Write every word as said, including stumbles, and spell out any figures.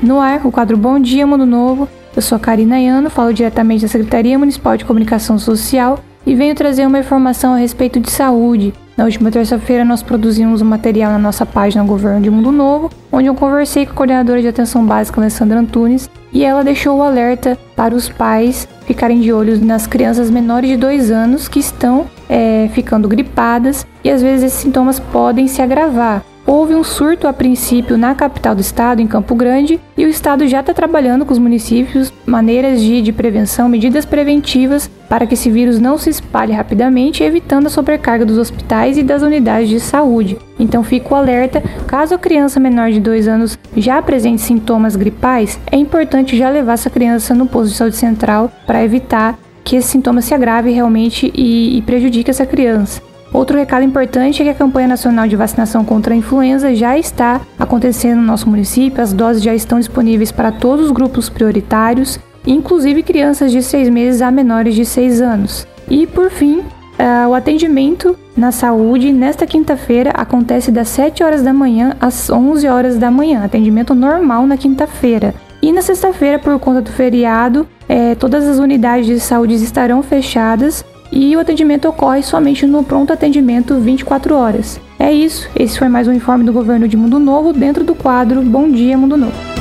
No ar, o quadro Bom Dia Mundo Novo. Eu sou a Karina Ayano, falo diretamente da Secretaria Municipal de Comunicação Social e venho trazer uma informação a respeito de saúde. Na última terça-feira nós produzimos um material na nossa página Governo de Mundo Novo, onde eu conversei com a coordenadora de atenção básica, Alessandra Antunes, e ela deixou o alerta para os pais ficarem de olho nas crianças menores de dois anos que estão é, ficando gripadas e às vezes esses sintomas podem se agravar. Houve um surto a princípio na capital do estado, em Campo Grande, e o estado já está trabalhando com os municípios maneiras de, de prevenção, medidas preventivas para que esse vírus não se espalhe rapidamente, evitando a sobrecarga dos hospitais e das unidades de saúde. Então fica o alerta, caso a criança menor de dois anos já apresente sintomas gripais, é importante já levar essa criança no posto de saúde central para evitar que esse sintoma se agrave realmente e, e prejudique essa criança. Outro recado importante é que a campanha nacional de vacinação contra a influenza já está acontecendo no nosso município, as doses já estão disponíveis para todos os grupos prioritários, inclusive crianças de seis meses a menores de seis anos. E por fim, uh, o atendimento na saúde nesta quinta-feira acontece das sete horas da manhã às onze horas da manhã, atendimento normal na quinta-feira. E na sexta-feira, por conta do feriado, eh, todas as unidades de saúde estarão fechadas e o atendimento ocorre somente no pronto atendimento vinte e quatro horas. É isso, esse foi mais um informe do Governo de Mundo Novo dentro do quadro Bom Dia Mundo Novo.